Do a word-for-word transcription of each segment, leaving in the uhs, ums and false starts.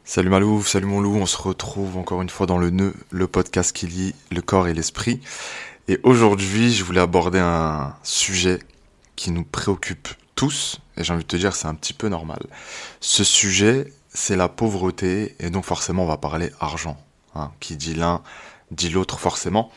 Salut Malou, salut mon loup, on se retrouve encore une fois dans le nœud, le podcast qui lie le corps et l'esprit. Et aujourd'hui, je voulais aborder un sujet qui nous préoccupe tous, et j'ai envie de te dire, c'est un petit peu normal. Ce sujet, c'est la pauvreté, et donc forcément, on va parler argent. Hein. Qui dit l'un, dit l'autre forcément.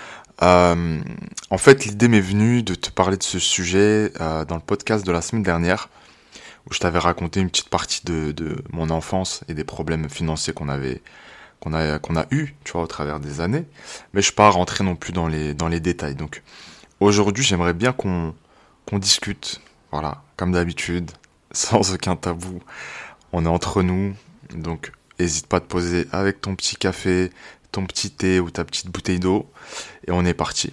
Euh, en fait, l'idée m'est venue de te parler de ce sujet euh, dans le podcast de la semaine dernière, où je t'avais raconté une petite partie de, de mon enfance et des problèmes financiers qu'on avait qu'on a qu'on a eu, tu vois, au travers des années. Mais je ne vais pas rentrer non plus dans les dans les détails. Donc aujourd'hui, j'aimerais bien qu'on qu'on discute, voilà, comme d'habitude, sans aucun tabou. On est entre nous, donc hésite pas à te poser avec ton petit café, ton petit thé ou ta petite bouteille d'eau, et on est parti.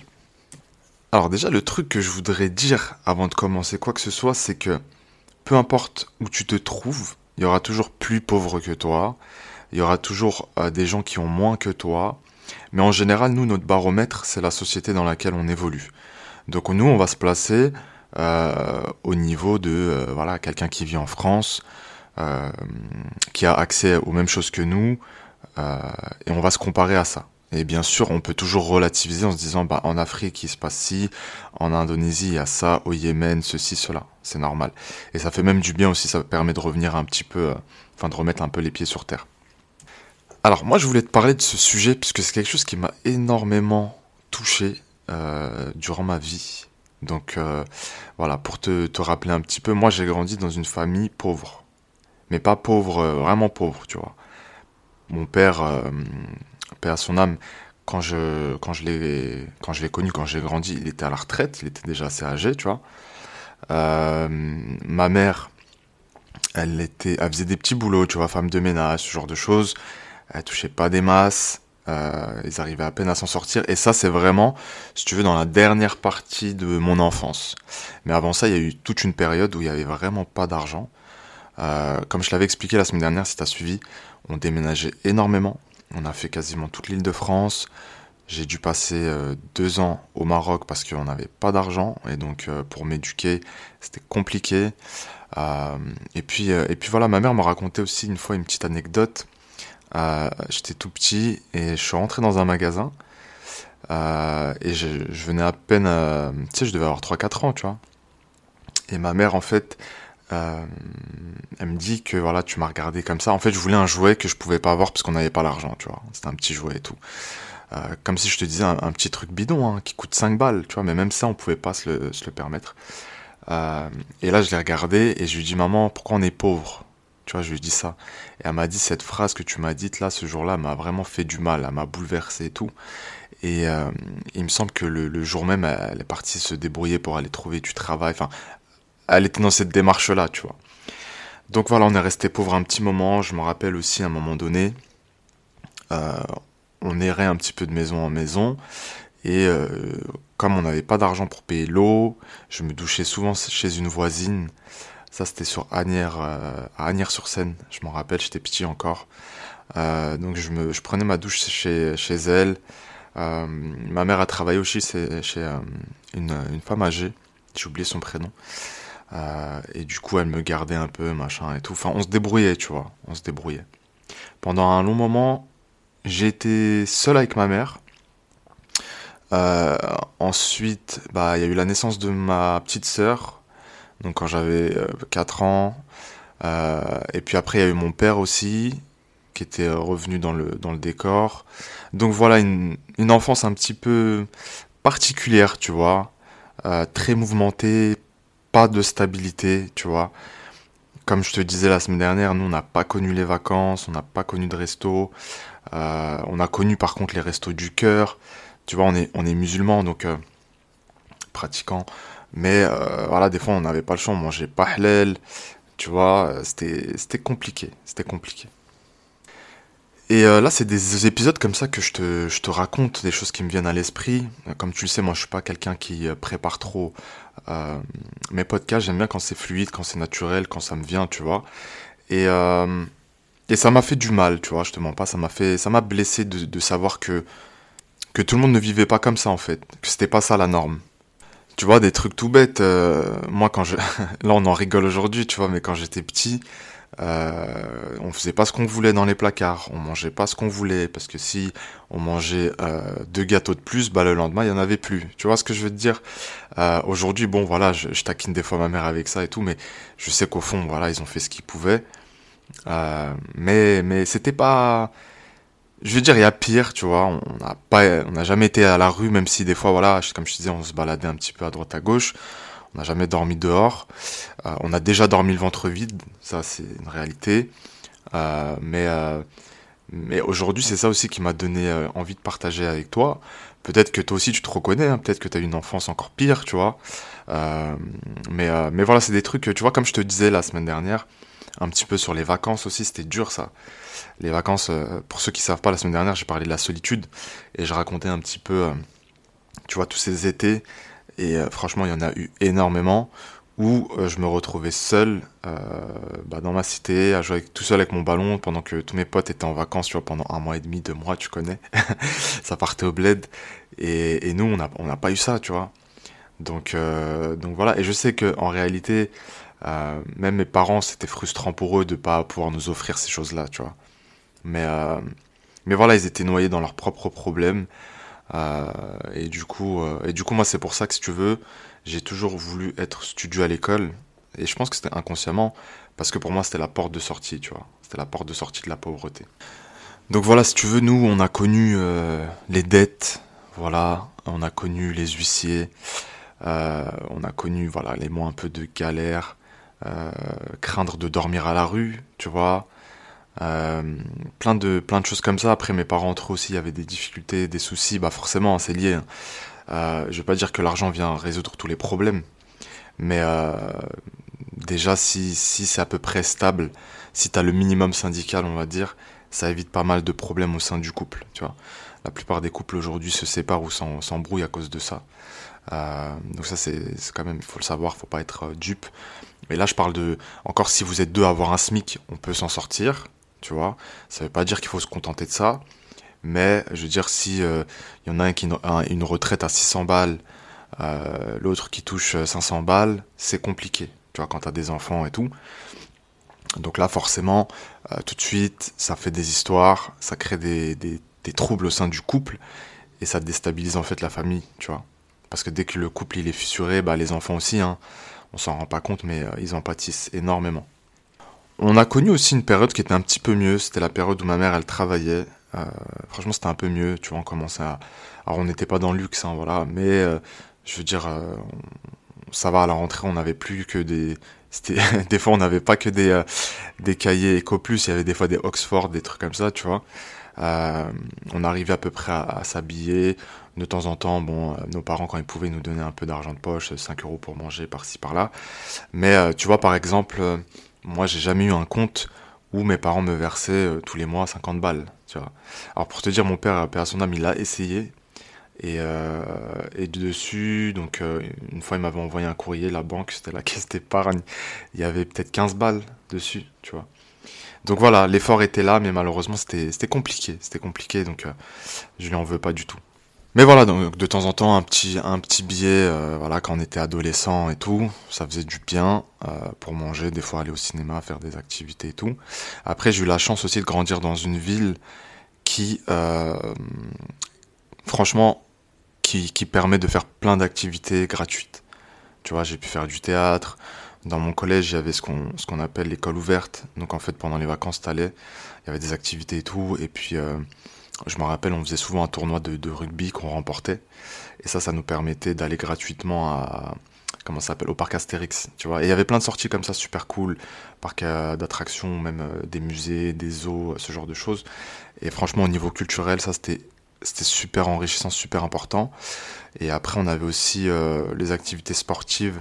Alors déjà, le truc que je voudrais dire avant de commencer quoi que ce soit, c'est que peu importe où tu te trouves, il y aura toujours plus pauvres que toi, il y aura toujours euh, des gens qui ont moins que toi, mais en général, nous, notre baromètre, c'est la société dans laquelle on évolue. Donc nous, on va se placer euh, au niveau de euh, voilà quelqu'un qui vit en France, euh, qui a accès aux mêmes choses que nous, euh, et on va se comparer à ça. Et bien sûr, on peut toujours relativiser en se disant, bah, en Afrique, il se passe ci, en Indonésie, il y a ça, au Yémen, ceci, cela. C'est normal. Et ça fait même du bien aussi, ça permet de revenir un petit peu, euh, enfin, de remettre un peu les pieds sur terre. Alors, moi, je voulais te parler de ce sujet, puisque c'est quelque chose qui m'a énormément touché euh, durant ma vie. Donc, euh, voilà, pour te, te rappeler un petit peu, moi, j'ai grandi dans une famille pauvre. Mais pas pauvre, euh, vraiment pauvre, tu vois. Mon père, euh, paix à son âme, quand je, quand je l'ai, quand je l'ai connu, quand j'ai grandi, il était à la retraite, il était déjà assez âgé, tu vois. Euh, ma mère, elle était, elle faisait des petits boulots, tu vois, femme de ménage, ce genre de choses. Elle touchait pas des masses, euh, ils arrivaient à peine à s'en sortir. Et ça, c'est vraiment, si tu veux, dans la dernière partie de mon enfance. Mais avant ça, il y a eu toute une période où il y avait vraiment pas d'argent. Euh, comme je l'avais expliqué la semaine dernière, si t'as suivi, on déménageait énormément. On a fait quasiment toute l'île de France. J'ai dû passer euh, deux ans au Maroc parce qu'on n'avait pas d'argent et donc euh, pour m'éduquer, c'était compliqué. Euh, et puis euh, et puis voilà, ma mère m'a raconté aussi une fois une petite anecdote. Euh, j'étais tout petit et je suis rentré dans un magasin euh, et je, je venais à peine, euh, tu sais, je devais avoir trois quatre ans, tu vois. Et ma mère en fait Euh, elle me dit que voilà, tu m'as regardé comme ça. En fait, je voulais un jouet que je pouvais pas avoir parce qu'on n'avait pas l'argent, tu vois. C'était un petit jouet et tout. Euh, comme si je te disais un, un petit truc bidon hein, qui coûte cinq balles, tu vois. Mais même ça, on pouvait pas se le, se le permettre. Euh, et là, je l'ai regardé et je lui dis maman, pourquoi on est pauvre? Tu vois, je lui dis ça. Et elle m'a dit cette phrase que tu m'as dite là, ce jour-là, m'a vraiment fait du mal. Elle m'a bouleversé et tout. Et euh, il me semble que le, le jour même, elle est partie se débrouiller pour aller trouver du travail. Enfin, elle était dans cette démarche-là, tu vois. Donc voilà, on est resté pauvre un petit moment. Je me rappelle aussi à un moment donné, euh, on errait un petit peu de maison en maison. Et euh, comme on n'avait pas d'argent pour payer l'eau, je me douchais souvent chez une voisine. Ça, c'était sur Asnières, euh, à Asnières-sur-Seine. Je m'en rappelle, j'étais petit encore. Euh, donc je, me, je prenais ma douche chez, chez elle. Euh, ma mère a travaillé aussi chez, chez euh, une, une femme âgée. J'ai oublié son prénom. Euh, et du coup, elle me gardait un peu, machin et tout. Enfin, on se débrouillait, tu vois. On se débrouillait. Pendant un long moment, j'ai été seul avec ma mère. Euh, ensuite, bah, il y a eu la naissance de ma petite sœur. Donc, quand j'avais euh, quatre ans. Euh, et puis après, il y a eu mon père aussi, qui était revenu dans le, dans le décor. Donc voilà, une, une enfance un petit peu particulière, tu vois. Euh, très mouvementée, pas de stabilité, tu vois. Comme je te disais la semaine dernière, nous on n'a pas connu les vacances, on n'a pas connu de resto. Euh, on a connu par contre les restos du cœur. Tu vois, on est, on est musulmans, donc euh, pratiquants. Mais euh, voilà, des fois on n'avait pas le choix, on mangeait pas halal. Tu vois, euh, c'était, c'était compliqué, c'était compliqué. Et euh, là, c'est des épisodes comme ça que je te, je te raconte, des choses qui me viennent à l'esprit. Euh, Comme tu le sais, moi, je suis pas quelqu'un qui euh, prépare trop euh, mes podcasts. J'aime bien quand c'est fluide, quand c'est naturel, quand ça me vient, tu vois. Et, euh, et ça m'a fait du mal, tu vois, je te mens pas. Ça m'a fait, ça m'a blessé de, de savoir que, que tout le monde ne vivait pas comme ça, en fait. Que c'était pas ça la norme. Tu vois, des trucs tout bêtes. euh, moi, quand je... Là, on en rigole aujourd'hui, tu vois, mais quand j'étais petit, Euh, on faisait pas ce qu'on voulait dans les placards, on mangeait pas ce qu'on voulait, parce que si on mangeait euh, deux gâteaux de plus, bah le lendemain il y en avait plus. Tu vois ce que je veux te dire? Euh, Aujourd'hui, bon voilà, je, je taquine des fois ma mère avec ça et tout, mais je sais qu'au fond, voilà, ils ont fait ce qu'ils pouvaient. Euh, mais mais c'était pas, je veux dire, il y a pire, tu vois. On n'a pas, on n'a jamais été à la rue, même si des fois, voilà, comme je te disais, on se baladait un petit peu à droite à gauche. On n'a jamais dormi dehors. Euh, on a déjà dormi le ventre vide, ça c'est une réalité. Euh, mais euh, mais aujourd'hui, c'est ça aussi qui m'a donné euh, envie de partager avec toi. Peut-être que toi aussi tu te reconnais, hein, peut-être que tu as une enfance encore pire, tu vois. Euh, mais, euh, mais voilà, c'est des trucs, tu vois, comme je te disais la semaine dernière, un petit peu sur les vacances aussi, c'était dur ça. Les vacances, euh, pour ceux qui savent pas, la semaine dernière, j'ai parlé de la solitude et je racontais un petit peu, euh, tu vois, tous ces étés. Et euh, franchement, il y en a eu énormément où euh, je me retrouvais seul euh, bah, dans ma cité, à jouer avec- tout seul avec mon ballon pendant que tous mes potes étaient en vacances, tu vois, pendant un mois et demi, deux mois, tu connais. Ça partait au bled. Et, et nous, on n'a on n'a pas eu ça, tu vois. Donc, euh, donc voilà. Et je sais que en réalité, euh, même mes parents, c'était frustrant pour eux de pas pouvoir nous offrir ces choses-là, tu vois. Mais, euh, mais voilà, ils étaient noyés dans leurs propres problèmes. Euh, et du coup, euh, et du coup, moi, c'est pour ça que si tu veux, j'ai toujours voulu être studieux à l'école. Et je pense que c'était inconsciemment, parce que pour moi, c'était la porte de sortie, tu vois. C'était la porte de sortie de la pauvreté. Donc voilà, si tu veux, nous, on a connu euh, les dettes, voilà, on a connu les huissiers, euh, on a connu, voilà, les mois un peu de galère, euh, craindre de dormir à la rue, tu vois. Euh, plein de plein de choses comme ça. Après, mes parents entre eux aussi, il y avait des difficultés, des soucis. Bah forcément, hein, c'est lié, hein. Euh, je veux pas dire que l'argent vient résoudre tous les problèmes, mais euh, déjà si si c'est à peu près stable, si t'as le minimum syndical, on va dire, ça évite pas mal de problèmes au sein du couple. Tu vois, la plupart des couples aujourd'hui se séparent ou s'en- s'embrouillent à cause de ça. Euh, donc ça c'est c'est quand même, il faut le savoir, faut pas être euh, dupe. Mais là, je parle de, encore si vous êtes deux à avoir un SMIC, on peut s'en sortir, tu vois. Ça veut pas dire qu'il faut se contenter de ça, mais je veux dire, si euh, il y en a un qui a une retraite à six cents balles, euh, l'autre qui touche cinq cents balles, c'est compliqué, tu vois, quand t'as des enfants et tout. Donc là, forcément, euh, tout de suite, ça fait des histoires, ça crée des, des, des troubles au sein du couple, et ça déstabilise en fait la famille, tu vois. Parce que dès que le couple il est fissuré, bah les enfants aussi, hein, on s'en rend pas compte, mais euh, ils en pâtissent énormément. On a connu aussi une période qui était un petit peu mieux. C'était la période où ma mère, elle travaillait. Euh, franchement, c'était un peu mieux. Tu vois, on commençait à... Alors, on n'était pas dans le luxe, hein, voilà. Mais, euh, je veux dire, euh, ça va, à la rentrée, on n'avait plus que des... C'était... Des fois, on n'avait pas que des, euh, des cahiers EcoPlus. Il y avait des fois des Oxford, des trucs comme ça, tu vois. Euh, on arrivait à peu près à, à s'habiller. De temps en temps, bon, euh, nos parents, quand ils pouvaient, nous donner un peu d'argent de poche, cinq euros pour manger par-ci, par-là. Mais euh, tu vois, par exemple, euh, moi, j'ai jamais eu un compte où mes parents me versaient euh, tous les mois cinquante balles, tu vois. Alors, pour te dire, mon père, père à son âme, il a essayé. Et, euh, et dessus, donc, euh, une fois, il m'avait envoyé un courrier, la banque, c'était la caisse d'épargne. Il y avait peut-être quinze balles dessus, tu vois. Donc voilà, l'effort était là, mais malheureusement, c'était c'était compliqué. C'était compliqué, donc euh, je lui en veux pas du tout. Mais voilà, donc de temps en temps, un petit, un petit billet, euh, voilà, quand on était adolescent et tout, ça faisait du bien euh, pour manger, des fois aller au cinéma, faire des activités et tout. Après, j'ai eu la chance aussi de grandir dans une ville qui, euh, franchement, qui, qui permet de faire plein d'activités gratuites. Tu vois, j'ai pu faire du théâtre. Dans mon collège, il y avait ce qu'on ce qu'on appelle l'école ouverte. Donc en fait, pendant les vacances, t'allais, il y avait des activités et tout. Et puis, euh, je me rappelle, on faisait souvent un tournoi de, de rugby qu'on remportait. Et ça, ça nous permettait d'aller gratuitement à, comment ça s'appelle, au parc Astérix, tu vois. Et il y avait plein de sorties comme ça, super cool, parc euh, d'attractions, même euh, des musées, des zoos, ce genre de choses. Et franchement, au niveau culturel, ça, c'était c'était super enrichissant, super important. Et après, on avait aussi euh, les activités sportives.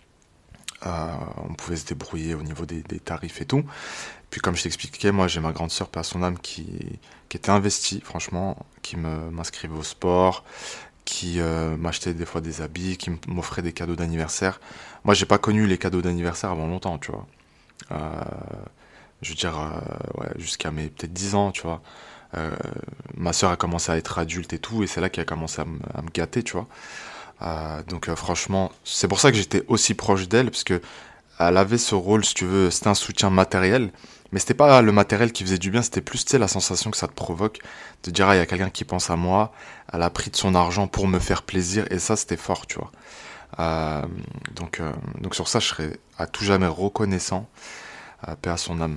Euh, on pouvait se débrouiller au niveau des, des tarifs et tout. Puis comme je t'expliquais, moi j'ai ma grande sœur, paix à son âme, qui, qui était investie, franchement, qui me m'inscrivait au sport, qui euh, m'achetait des fois des habits, qui m'offrait des cadeaux d'anniversaire. Moi j'ai pas connu les cadeaux d'anniversaire avant longtemps, tu vois. Euh, je veux dire, euh, ouais, jusqu'à mes peut-être dix ans, tu vois. Euh, Ma sœur a commencé à être adulte et tout, et c'est là qu'elle a commencé à me, à me gâter, tu vois. Euh, donc euh, franchement, c'est pour ça que j'étais aussi proche d'elle, parce que elle avait ce rôle, si tu veux, c'était un soutien matériel, mais c'était pas le matériel qui faisait du bien, c'était plus, tu sais, la sensation que ça te provoque, de dire, ah, il y a quelqu'un qui pense à moi, elle a pris de son argent pour me faire plaisir, et ça, c'était fort, tu vois. Euh, donc, euh, donc sur ça, je serai à tout jamais reconnaissant, euh, paix à son âme.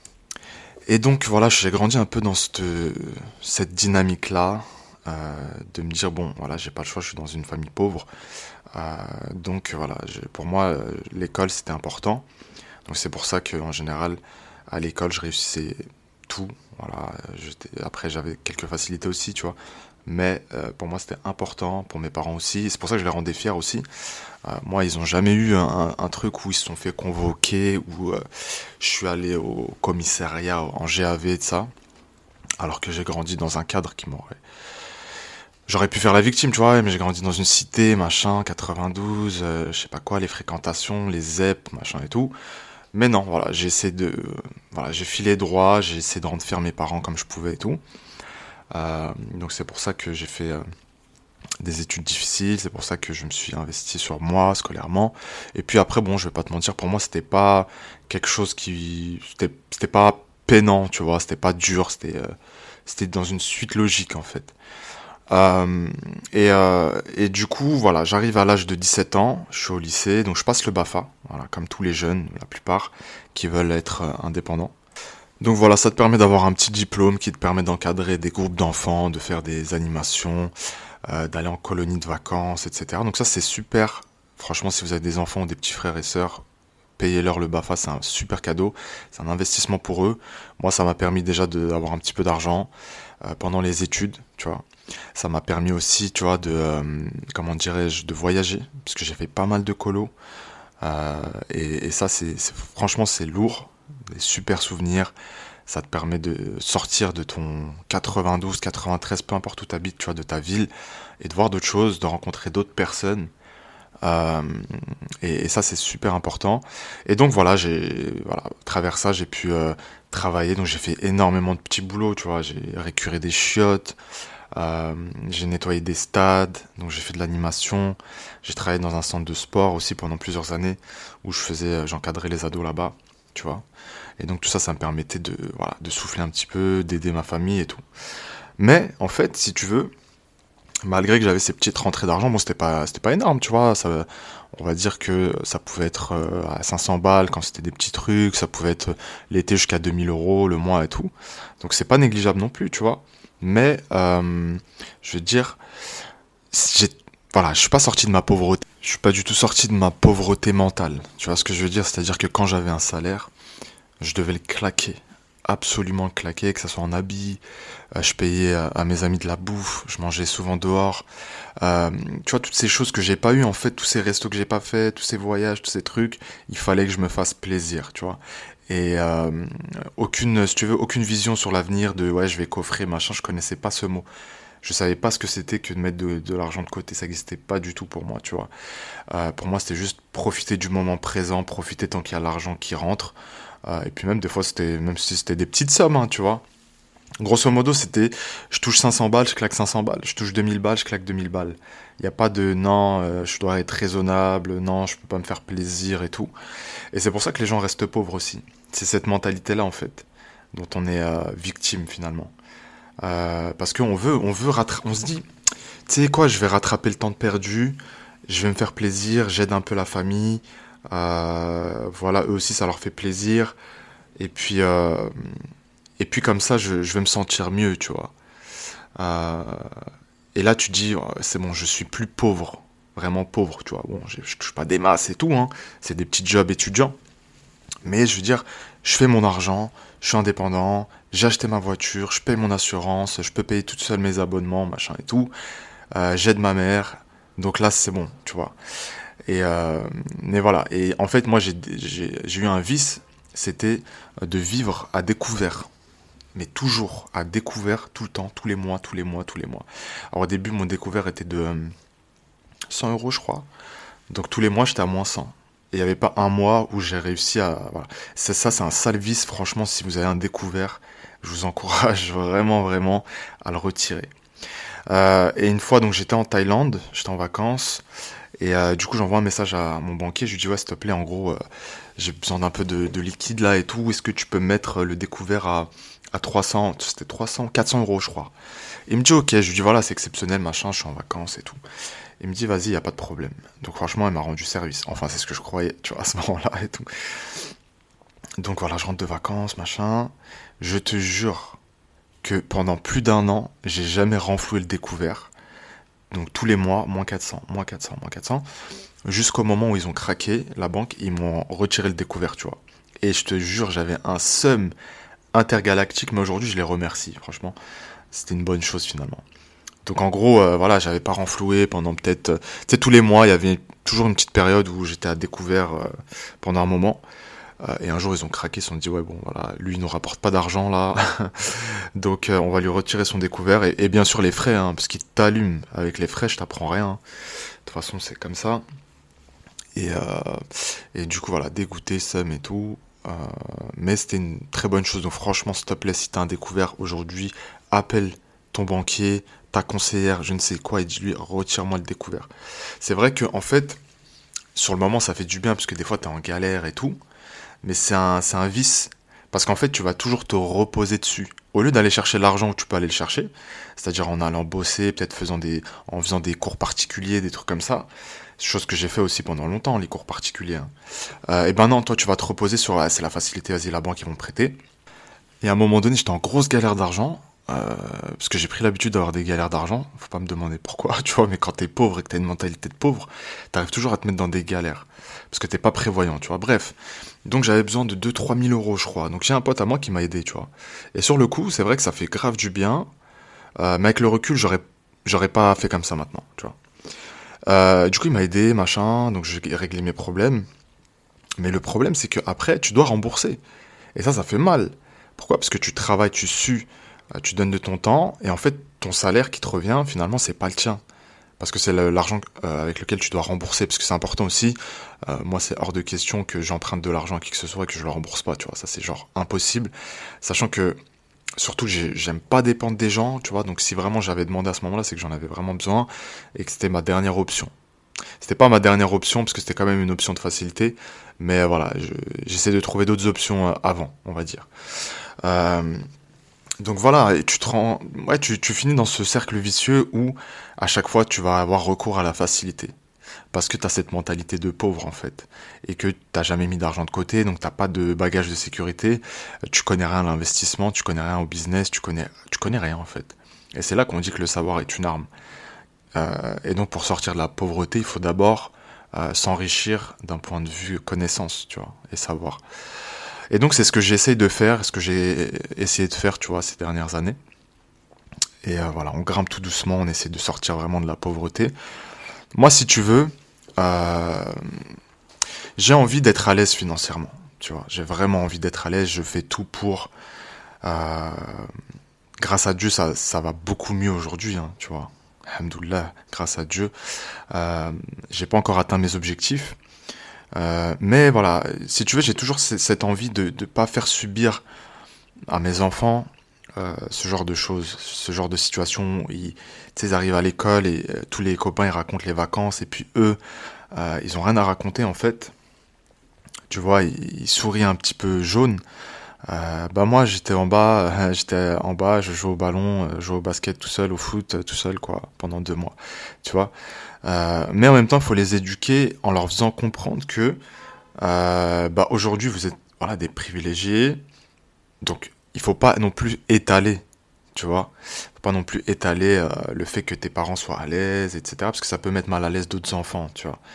Et donc voilà, j'ai grandi un peu dans cette, cette dynamique-là, euh, de me dire, bon, voilà, j'ai pas le choix, je suis dans une famille pauvre, euh, donc voilà, j'ai- pour moi, euh, l'école, c'était important. Donc c'est pour ça qu'en général, à l'école, je réussissais tout. Voilà, j'étais- après, j'avais quelques facilités aussi, tu vois. Mais euh, pour moi, c'était important, pour mes parents aussi. Et c'est pour ça que je les rendais fiers aussi. Euh, moi, ils ont jamais eu un, un- un truc où ils se sont fait convoquer, où euh, je suis allé au commissariat en G A V de ça. Alors que j'ai grandi dans un cadre qui m'aurait... J'aurais pu faire la victime, tu vois, mais j'ai grandi dans une cité, machin, quatre-vingt-douze, euh, je sais pas quoi, les fréquentations, les Z E P, machin et tout. Mais non, voilà, j'ai essayé de... Voilà, j'ai filé droit, j'ai essayé de rendre fiers mes parents comme je pouvais et tout. Euh, donc c'est pour ça que j'ai fait euh, des études difficiles, c'est pour ça que je me suis investi sur moi, scolairement. Et puis après, bon, je vais pas te mentir, pour moi, c'était pas quelque chose qui... C'était, c'était pas peinant, tu vois, c'était pas dur, c'était, euh, c'était dans une suite logique, en fait. Euh, et, euh, et du coup, voilà, j'arrive à l'âge de dix-sept ans, je suis au lycée, donc je passe le BAFA, voilà, comme tous les jeunes, la plupart, qui veulent être euh, indépendants. Donc voilà, ça te permet d'avoir un petit diplôme qui te permet d'encadrer des groupes d'enfants, de faire des animations, euh, d'aller en colonie de vacances, et cetera. Donc ça, c'est super. Franchement, si vous avez des enfants ou des petits frères et sœurs, payez-leur le BAFA, c'est un super cadeau, c'est un investissement pour eux. Moi, ça m'a permis déjà de- d'avoir un petit peu d'argent euh, pendant les études, tu vois. Ça m'a permis aussi, tu vois, de, euh, comment dirais-je, de voyager, parce que j'ai fait pas mal de colos. Euh, et, et ça, c'est, c'est- franchement, c'est lourd, des super souvenirs. Ça te permet de sortir de ton quatre-vingt-douze, quatre-vingt-treize, peu importe où tu habites, tu vois, de ta ville, et de voir d'autres choses, de rencontrer d'autres personnes. Euh, et, et ça, c'est super important. Et donc voilà, j'ai, voilà, à travers ça, j'ai pu euh, travailler. Donc j'ai fait énormément de petits boulots, tu vois. J'ai récuré des chiottes, euh, j'ai nettoyé des stades, donc j'ai fait de l'animation. J'ai travaillé dans un centre de sport aussi pendant plusieurs années où je faisais, euh, j'encadrais les ados là-bas, tu vois. Et donc tout ça, ça me permettait de, voilà, de souffler un petit peu, d'aider ma famille et tout. Mais en fait, si tu veux, malgré que j'avais ces petites rentrées d'argent, bon, c'était pas, c'était pas énorme, tu vois. Ça, on va dire que ça pouvait être euh, à cinq cents balles quand c'était des petits trucs, ça pouvait être l'été jusqu'à deux mille euros le mois et tout. Donc c'est pas négligeable non plus, tu vois. Mais euh, je veux dire, j'ai, voilà, je suis pas sorti de ma pauvreté. Je suis pas du tout sorti de ma pauvreté mentale. Tu vois ce que je veux dire? C'est-à-dire que quand j'avais un salaire, je devais le claquer. Absolument le claquer, que ça soit en habits, euh, je payais à, à mes amis de la bouffe, je mangeais souvent dehors. Euh, tu vois, toutes ces choses que j'ai pas eu, en fait, tous ces restos que j'ai pas fait, tous ces voyages, tous ces trucs, il fallait que je me fasse plaisir, tu vois. Et euh, aucune, si tu veux, aucune vision sur l'avenir de ouais, je vais coffrer, machin, je connaissais pas ce mot. Je savais pas ce que c'était que de mettre de, de l'argent de côté, ça n'existait pas du tout pour moi, tu vois. Euh, pour moi, c'était juste profiter du moment présent, profiter tant qu'il y a l'argent qui rentre. Euh, et puis même des fois, c'était même si c'était des petites sommes, hein, tu vois. Grosso modo, c'était je touche cinq cents balles, je claque cinq cents balles. Je touche deux mille balles, je claque deux mille balles. Il n'y a pas de non, euh, je dois être raisonnable, non, je peux pas me faire plaisir et tout. Et c'est pour ça que les gens restent pauvres aussi. C'est cette mentalité-là, en fait, dont on est euh, victime finalement. Euh, parce qu'on veut, on veut rattra- on se dit, tu sais quoi, je vais rattraper le temps perdu, je vais me faire plaisir, j'aide un peu la famille, euh, voilà, eux aussi ça leur fait plaisir, et puis, euh, et puis comme ça je, je vais me sentir mieux, tu vois. Euh, et là tu te dis, oh, c'est bon, je suis plus pauvre, vraiment pauvre, tu vois. Bon, je, je touche pas des masses et tout, hein, c'est des petits jobs étudiants, mais je veux dire, je fais mon argent, je suis indépendant, j'ai acheté ma voiture, je paye mon assurance, je peux payer toute seule mes abonnements, machin et tout. Euh, j'aide ma mère, donc là c'est bon, tu vois. Et euh, mais voilà. Et en fait, moi j'ai j'ai j'ai eu un vice, c'était de vivre à découvert. Mais toujours à découvert, tout le temps, tous les mois, tous les mois, tous les mois. Alors au début, mon découvert était de euh, cent euros, je crois. Donc tous les mois, j'étais à moins cent. Et il n'y avait pas un mois où j'ai réussi à... Voilà. C'est ça, c'est un sale vice, franchement, si vous avez un découvert, je vous encourage vraiment, vraiment à le retirer. Euh, et une fois, donc j'étais en Thaïlande, j'étais en vacances, Et euh, du coup, j'envoie un message à mon banquier, je lui dis ouais, s'il te plaît, en gros, euh, j'ai besoin d'un peu de, de liquide là et tout. Est-ce que tu peux mettre le découvert à, à trois cents, c'était trois cents, quatre cents euros, je crois. Il me dit ok, je lui dis voilà, c'est exceptionnel, machin, je suis en vacances et tout. Il me dit vas-y, y a pas de problème. Donc franchement, il m'a rendu service. Enfin, c'est ce que je croyais, tu vois, à ce moment-là et tout. Donc voilà, je rentre de vacances, machin. Je te jure que pendant plus d'un an, j'ai jamais renfloué le découvert. Donc tous les mois, moins quatre cents, moins quatre cents, moins quatre cents. Jusqu'au moment où ils ont craqué, la banque, ils m'ont retiré le découvert, tu vois. Et je te jure, j'avais un seum intergalactique, mais aujourd'hui, je les remercie, franchement. C'était une bonne chose finalement. Donc en gros, euh, voilà, j'avais pas renfloué pendant peut-être... euh, Tu sais, tous les mois, il y avait toujours une petite période où j'étais à découvert euh, pendant un moment. Euh, et un jour, ils ont craqué, ils se sont dit, ouais, bon, voilà, lui, il nous rapporte pas d'argent, là. Donc, euh, on va lui retirer son découvert. Et, et bien sûr, les frais, hein, parce qu'il t'allume. Avec les frais, je t'apprends rien. Hein. De toute façon, c'est comme ça. Et, euh, et du coup, voilà, dégoûté, seum et tout. Euh, mais c'était une très bonne chose. Donc, franchement, s'il te plaît, si t'as un découvert aujourd'hui, appelle ton banquier, ta conseillère, je ne sais quoi, et dis-lui, retire-moi le découvert. C'est vrai que, en fait, sur le moment, ça fait du bien, parce que des fois, t'es en galère et tout. Mais c'est un, c'est un vice. Parce qu'en fait, tu vas toujours te reposer dessus. Au lieu d'aller chercher l'argent où tu peux aller le chercher, c'est-à-dire en allant bosser, peut-être faisant des, en faisant des cours particuliers, des trucs comme ça, chose que j'ai fait aussi pendant longtemps, les cours particuliers. Hein. Euh, et ben non, toi, tu vas te reposer sur, ah, c'est la facilité, vas-y, la banque, ils vont me prêter. Et à un moment donné, j'étais en grosse galère d'argent, euh, parce que j'ai pris l'habitude d'avoir des galères d'argent. Faut pas me demander pourquoi, tu vois, mais quand t'es pauvre et que t'as une mentalité de pauvre, t'arrives toujours à te mettre dans des galères. Parce que t'es pas prévoyant, tu vois. Bref. Donc j'avais besoin de deux trois mille euros, je crois. Donc j'ai un pote à moi qui m'a aidé, tu vois. Et sur le coup, c'est vrai que ça fait grave du bien. Euh, mais avec le recul, j'aurais, j'aurais pas fait comme ça maintenant, tu vois. Euh, du coup, il m'a aidé, machin. Donc j'ai réglé mes problèmes. Mais le problème, c'est que après, tu dois rembourser. Et ça, ça fait mal. Pourquoi? Parce que tu travailles, tu sues, euh, tu donnes de ton temps, et en fait, ton salaire qui te revient, finalement, c'est pas le tien. Parce que c'est le- l'argent euh, avec lequel tu dois rembourser, parce que c'est important aussi. Euh, moi, c'est hors de question que j'emprunte de l'argent à qui que ce soit et que je le rembourse pas, tu vois. Ça, c'est genre impossible. Sachant que, surtout, j'ai- j'aime pas dépendre des gens, tu vois. Donc, si vraiment j'avais demandé à ce moment-là, c'est que j'en avais vraiment besoin et que c'était ma dernière option. C'était pas ma dernière option, parce que c'était quand même une option de facilité. Mais euh, voilà, je- j'essaie de trouver d'autres options euh, avant, on va dire. Euh, donc voilà, et tu te rends, ouais, tu, tu finis dans ce cercle vicieux où à chaque fois tu vas avoir recours à la facilité. Parce que tu as cette mentalité de pauvre en fait. Et que t'as jamais mis d'argent de côté, donc t'as pas de bagage de sécurité, tu connais rien à l'investissement, tu connais rien au business, tu connais, tu connais rien en fait. Et c'est là qu'on dit que le savoir est une arme. Euh, et donc pour sortir de la pauvreté, il faut d'abord euh, s'enrichir d'un point de vue connaissance, tu vois, et savoir. Et donc c'est ce que j'essaye de faire, ce que j'ai essayé de faire, tu vois, ces dernières années. Et euh, voilà, on grimpe tout doucement, on essaie de sortir vraiment de la pauvreté. Moi, si tu veux, euh, j'ai envie d'être à l'aise financièrement, tu vois. J'ai vraiment envie d'être à l'aise, je fais tout pour... Euh, grâce à Dieu, ça, ça va beaucoup mieux aujourd'hui, hein, tu vois. Alhamdoulilah, grâce à Dieu. Euh, j'ai pas encore atteint mes objectifs. Euh, mais voilà, si tu veux, j'ai toujours c- cette envie de ne pas faire subir à mes enfants euh, ce genre de choses, ce genre de situation. Ils, tu sais, ils arrivent à l'école et euh, tous les copains ils racontent les vacances et puis eux, euh, ils ont rien à raconter en fait. Tu vois, ils, ils sourient un petit peu jaune. Euh, bah moi j'étais en bas, euh, j'étais en bas, je jouais au ballon, euh, je jouais au basket tout seul, au foot euh, tout seul quoi, pendant deux mois. Tu vois. Euh, mais en même temps, il faut les éduquer en leur faisant comprendre que euh, bah aujourd'hui vous êtes voilà des privilégiés. Donc, il faut pas non plus étaler, tu vois. Faut pas non plus étaler euh, le fait que tes parents soient à l'aise, et cetera. Parce que ça peut mettre mal à l'aise d'autres enfants, tu vois.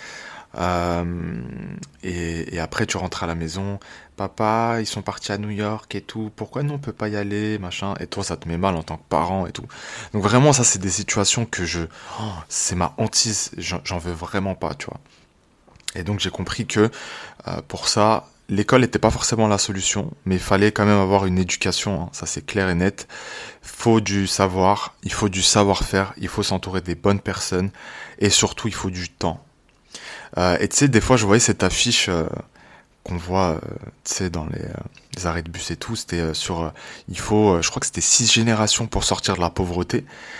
Euh, et, et après, tu rentres à la maison. Papa, ils sont partis à New York et tout. Pourquoi nous, on peut pas y aller, machin. Et toi, ça te met mal en tant que parent et tout. Donc vraiment, ça, c'est des situations que je... oh, c'est ma hantise. J'en j'en veux vraiment pas, tu vois. Et donc j'ai compris que euh, pour ça, l'école n'était pas forcément la solution, mais il fallait quand même avoir une éducation, hein, ça c'est clair et net. Il faut du savoir, il faut du savoir-faire, il faut s'entourer des bonnes personnes, et surtout il faut du temps. Euh, et tu sais, des fois je voyais cette affiche euh, qu'on voit, euh, tu sais, dans les, euh, les arrêts de bus et tout, c'était euh, sur, euh, il faut, euh, je crois que c'était six générations pour sortir de la pauvreté.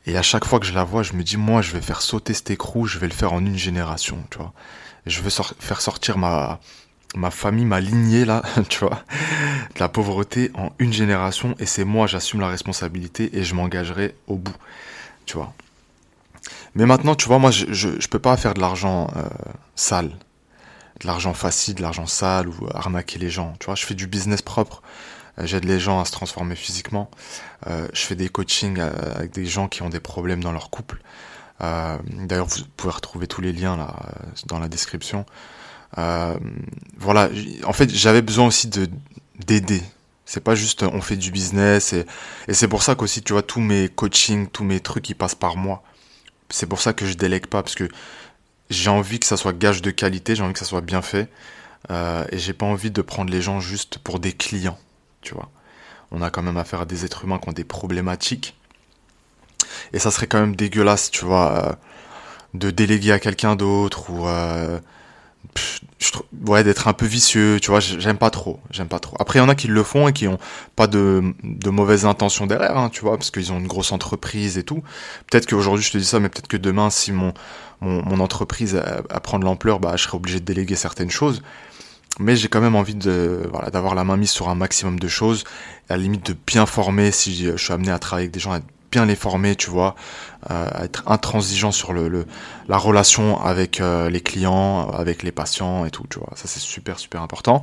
Et à chaque fois que je la vois, je me dis, moi, je vais faire sauter cet écrou, je vais le faire en une génération, tu vois. Je veux sor- faire sortir ma, ma famille, ma lignée, là, tu vois, de la pauvreté en une génération. Et c'est moi, j'assume la responsabilité et je m'engagerai au bout, tu vois. Mais maintenant, tu vois, moi, je, je, je peux pas faire de l'argent euh, sale, de l'argent facile, de l'argent sale ou arnaquer les gens, tu vois. Je fais du business propre. Euh, J'aide les gens à se transformer physiquement. Euh, je fais des coachings euh, avec des gens qui ont des problèmes dans leur couple. Euh, D'ailleurs, vous pouvez retrouver tous les liens là euh, dans la description. Euh, voilà, j- en fait, j'avais besoin aussi de d'aider. C'est pas juste euh, on fait du business et, et c'est pour ça qu'aussi tu vois tous mes coachings, tous mes trucs ils passent par moi. C'est pour ça que je délègue pas parce que j'ai envie que ça soit gage de qualité, j'ai envie que ça soit bien fait euh, et j'ai pas envie de prendre les gens juste pour des clients, tu vois. On a quand même affaire à des êtres humains qui ont des problématiques et ça serait quand même dégueulasse, tu vois, euh, de déléguer à quelqu'un d'autre ou euh, pff, je trou- ouais d'être un peu vicieux, tu vois, j- j'aime pas trop, j'aime pas trop. Après il y en a qui le font et qui ont pas de, de mauvaises intentions derrière, hein, tu vois, parce qu'ils ont une grosse entreprise et tout. Peut-être qu'aujourd'hui je te dis ça, mais peut-être que demain si mon mon, mon entreprise a, a prend de l'ampleur, bah je serai obligé de déléguer certaines choses. Mais j'ai quand même envie de voilà d'avoir la main mise sur un maximum de choses, à la limite de bien former si je suis amené à travailler avec des gens, à bien les former, tu vois, euh, à être intransigeant sur le, le la relation avec euh, les clients, avec les patients et tout, tu vois. Ça c'est super super important.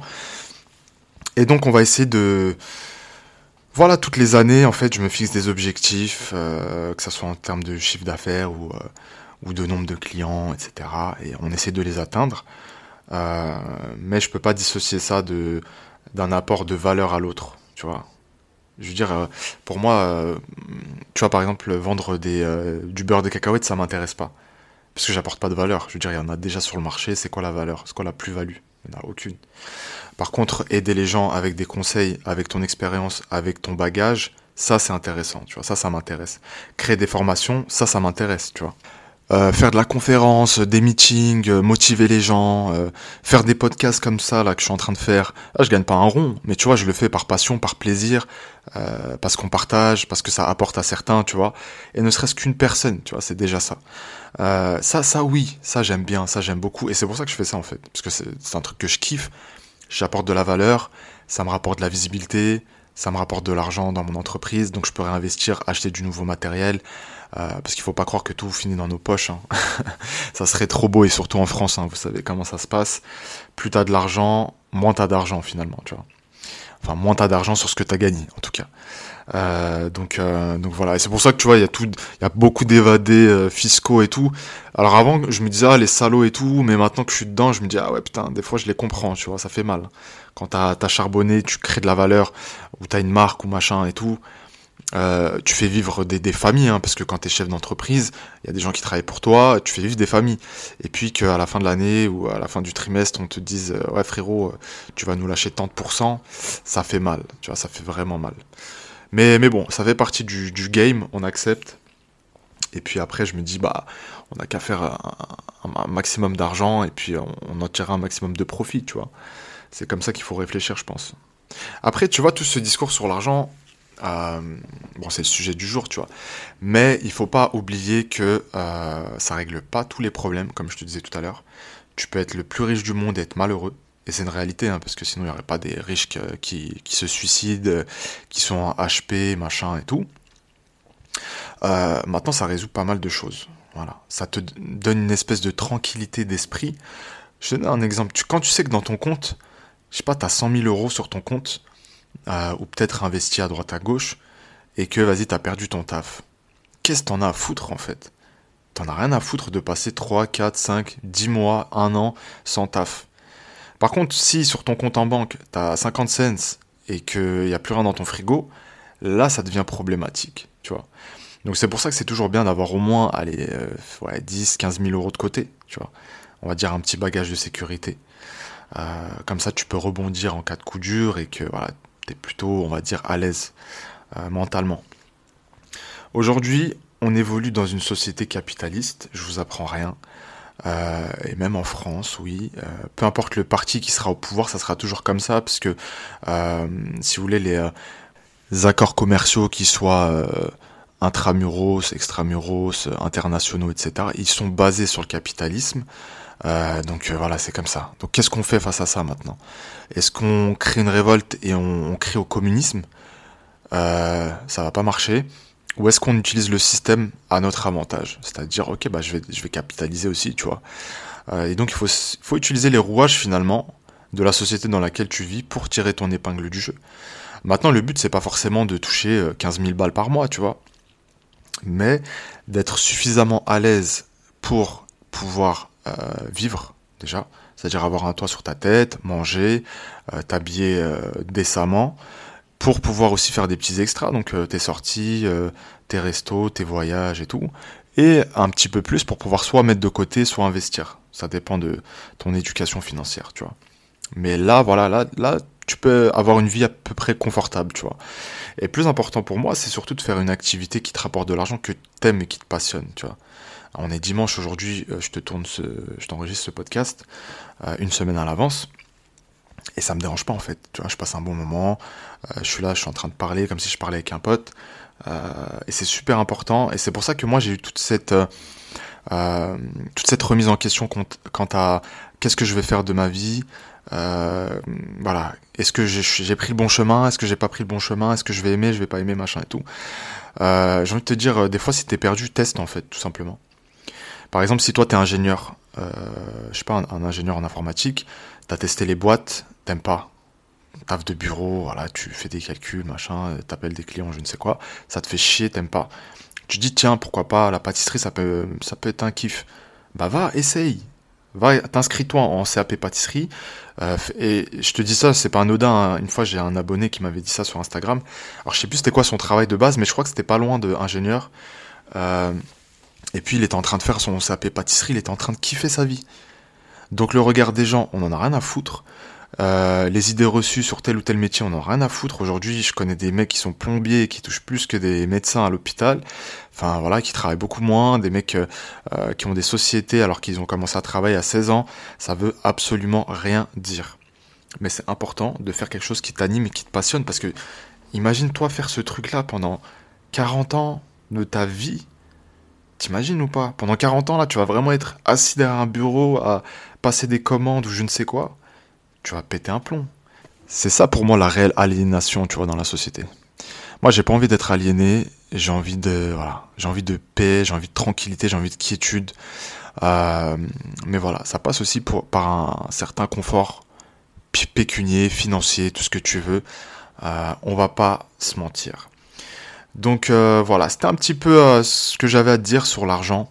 Et donc on va essayer de voilà toutes les années en fait je me fixe des objectifs, euh, que ça soit en termes de chiffre d'affaires ou euh, ou de nombre de clients, et cetera. Et on essaie de les atteindre. Euh, mais je peux pas dissocier ça de d'un apport de valeur à l'autre, tu vois. Je veux dire, euh, pour moi, euh, tu vois, par exemple, vendre des, euh, du beurre de cacahuète, ça m'intéresse pas. Parce que j'apporte pas de valeur. Je veux dire, il y en a déjà sur le marché, c'est quoi la valeur? C'est quoi la plus-value? Il n'y en a aucune. Par contre, aider les gens avec des conseils, avec ton expérience, avec ton bagage, ça c'est intéressant, tu vois, ça ça m'intéresse. Créer des formations, ça ça m'intéresse, tu vois. Euh, faire de la conférence, des meetings, euh, motiver les gens, euh, faire des podcasts comme ça là que je suis en train de faire. Ah, je gagne pas un rond, mais tu vois, je le fais par passion, par plaisir, euh, parce qu'on partage, parce que ça apporte à certains, tu vois. Et ne serait-ce qu'une personne, tu vois, c'est déjà ça. Euh, ça, ça oui, ça j'aime bien, ça j'aime beaucoup, et c'est pour ça que je fais ça en fait, parce que c'est c'est un truc que je kiffe. J'apporte de la valeur, ça me rapporte de la visibilité, ça me rapporte de l'argent dans mon entreprise, donc je peux réinvestir, acheter du nouveau matériel, euh, parce qu'il faut pas croire que tout finit dans nos poches, hein. Ça serait trop beau, et surtout en France, hein, vous savez comment ça se passe. Plus t'as de l'argent, moins t'as d'argent finalement, tu vois. Enfin, moins t'as d'argent sur ce que t'as gagné, en tout cas. Euh, donc, euh, donc voilà. Et c'est pour ça que tu vois, il y a tout, il y a beaucoup d'évadés euh, fiscaux et tout. Alors avant, je me disais ah les salauds et tout, mais maintenant que je suis dedans, je me dis ah ouais putain, des fois je les comprends, tu vois, ça fait mal. Quand t'as t'as charbonné, tu crées de la valeur, ou t'as une marque ou machin et tout. Euh, tu fais vivre des, des familles, hein, parce que quand t'es chef d'entreprise, il y a des gens qui travaillent pour toi, tu fais vivre des familles. Et puis qu'à la fin de l'année ou à la fin du trimestre, on te dise euh, ouais frérot, euh, tu vas nous lâcher tant pour cent, ça fait mal, tu vois, ça fait vraiment mal. Mais, mais bon, ça fait partie du, du game, on accepte. Et puis après, je me dis, bah, on n'a qu'à faire un, un- un maximum d'argent et puis on, on en tirera un maximum de profit, tu vois. C'est comme ça qu'il faut réfléchir, je pense. Après, tu vois, tout ce discours sur l'argent, euh, bon, c'est le sujet du jour, tu vois. Mais il faut pas oublier que euh, ça règle pas tous les problèmes, comme je te disais tout à l'heure. Tu peux être le plus riche du monde et être malheureux. Et c'est une réalité, hein, parce que sinon il n'y aurait pas des riches qui, qui, qui se suicident, euh, qui sont en H P, machin et tout. Euh, maintenant, ça résout pas mal de choses. Voilà, ça te d- donne une espèce de tranquillité d'esprit. Je te donne un exemple. Tu, quand tu sais que dans ton compte, je sais pas, t'as cent mille euros sur ton compte, euh, ou peut-être investi à droite à gauche, et que vas-y, t'as perdu ton taf. Qu'est-ce que t'en as à foutre en fait? T'en as rien à foutre de passer trois, quatre, cinq, dix mois, un an sans taf. Par contre, si sur ton compte en banque, t'as cinquante cents et qu'il n'y a plus rien dans ton frigo, là, ça devient problématique, tu vois. Donc c'est pour ça que c'est toujours bien d'avoir au moins allez, euh, ouais, dix, quinze mille euros de côté, tu vois. On va dire un petit bagage de sécurité. Euh, comme ça, tu peux rebondir en cas de coup dur et que voilà, t'es plutôt, on va dire, à l'aise euh, mentalement. Aujourd'hui, on évolue dans une société capitaliste, je vous apprends rien. Euh, et même en France, oui. Euh, peu importe le parti qui sera au pouvoir, ça sera toujours comme ça, parce que euh, si vous voulez, les, euh, les accords commerciaux qui soient euh, intramuros, extramuros, internationaux, et cetera, ils sont basés sur le capitalisme. Euh, donc euh, voilà, c'est comme ça. Donc qu'est-ce qu'on fait face à ça maintenant? Est-ce qu'on crée une révolte et on, on crie au communisme? euh, Ça va pas marcher. Ou est-ce qu'on utilise le système à notre avantage? C'est-à-dire, ok, bah je vais, je vais capitaliser aussi, tu vois. Euh, et donc il faut, faut utiliser les rouages finalement de la société dans laquelle tu vis pour tirer ton épingle du jeu. Maintenant, le but c'est pas forcément de toucher quinze mille balles par mois, tu vois, mais d'être suffisamment à l'aise pour pouvoir euh, vivre déjà, c'est-à-dire avoir un toit sur ta tête, manger, euh, t'habiller euh, décemment, pour pouvoir aussi faire des petits extras, donc euh, tes sorties, euh, tes restos, tes voyages et tout, et un petit peu plus pour pouvoir soit mettre de côté, soit investir. Ça dépend de ton éducation financière, tu vois. Mais là, voilà, là, là, tu peux avoir une vie à peu près confortable, tu vois. Et plus important pour moi, c'est surtout de faire une activité qui te rapporte de l'argent, que t'aimes et qui te passionne, tu vois. On est dimanche aujourd'hui, euh, je te tourne ce, je t'enregistre ce podcast euh, une semaine à l'avance. Et ça me dérange pas en fait, tu vois, je passe un bon moment, euh, je suis là, je suis en train de parler comme si je parlais avec un pote, euh, et c'est super important, et c'est pour ça que moi j'ai eu toute cette, euh, euh, toute cette remise en question quant, quant à qu'est-ce que je vais faire de ma vie, euh, voilà, est-ce que j'ai, j'ai pris le bon chemin, est-ce que j'ai pas pris le bon chemin, est-ce que je vais aimer, je vais pas aimer, machin et tout. Euh, j'ai envie de te dire, des fois si t'es perdu, teste en fait, tout simplement. Par exemple, si toi t'es ingénieur, euh, je sais pas, un, un ingénieur en informatique, t'as testé les boîtes, t'aimes pas, taf de bureau, voilà, tu fais des calculs, machin, t'appelles des clients, je ne sais quoi, ça te fait chier, t'aimes pas. Tu te dis tiens, pourquoi pas, la pâtisserie, ça peut, ça peut être un kiff. Bah va, essaye, va, t'inscris-toi en C A P pâtisserie. Euh, et je te dis ça, c'est pas anodin. Hein. Une fois, j'ai un abonné qui m'avait dit ça sur Instagram. Alors je sais plus c'était quoi son travail de base, mais je crois que c'était pas loin de ingénieur. Euh, et puis il était en train de faire son C A P pâtisserie, il était en train de kiffer sa vie. Donc le regard des gens, on en a rien à foutre. Euh, les idées reçues sur tel ou tel métier, on en a rien à foutre. Aujourd'hui, je connais des mecs qui sont plombiers et qui touchent plus que des médecins à l'hôpital. Enfin voilà, qui travaillent beaucoup moins. Des mecs euh, qui ont des sociétés alors qu'ils ont commencé à travailler à seize ans. Ça veut absolument rien dire. Mais c'est important de faire quelque chose qui t'anime et qui te passionne. Parce que imagine-toi faire ce truc-là pendant quarante ans de ta vie. T'imagines ou pas? Pendant quarante ans, là, tu vas vraiment être assis derrière un bureau à passer des commandes ou je ne sais quoi. Tu vas péter un plomb. C'est ça pour moi la réelle aliénation, tu vois, dans la société. Moi, j'ai pas envie d'être aliéné, j'ai envie de, voilà, j'ai envie de paix, j'ai envie de tranquillité, j'ai envie de quiétude. Euh, mais voilà, ça passe aussi pour, par un certain confort pécunier, financier, tout ce que tu veux. Euh, on va pas se mentir. Donc euh, voilà, c'était un petit peu euh, ce que j'avais à te dire sur l'argent.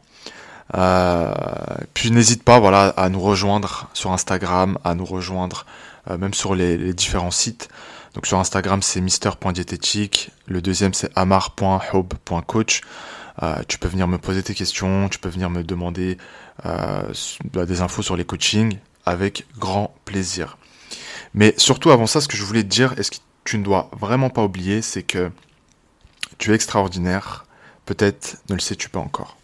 Euh, puis n'hésite pas, voilà, à nous rejoindre sur Instagram, à nous rejoindre euh, même sur les, les différents sites. Donc sur Instagram c'est mister point diététique, le deuxième c'est amar point hob point coach. Euh, tu peux venir me poser tes questions, tu peux venir me demander euh, des infos sur les coachings avec grand plaisir. Mais surtout avant ça, ce que je voulais te dire, et ce que tu ne dois vraiment pas oublier, c'est que tu es extraordinaire, peut-être ne le sais-tu pas encore.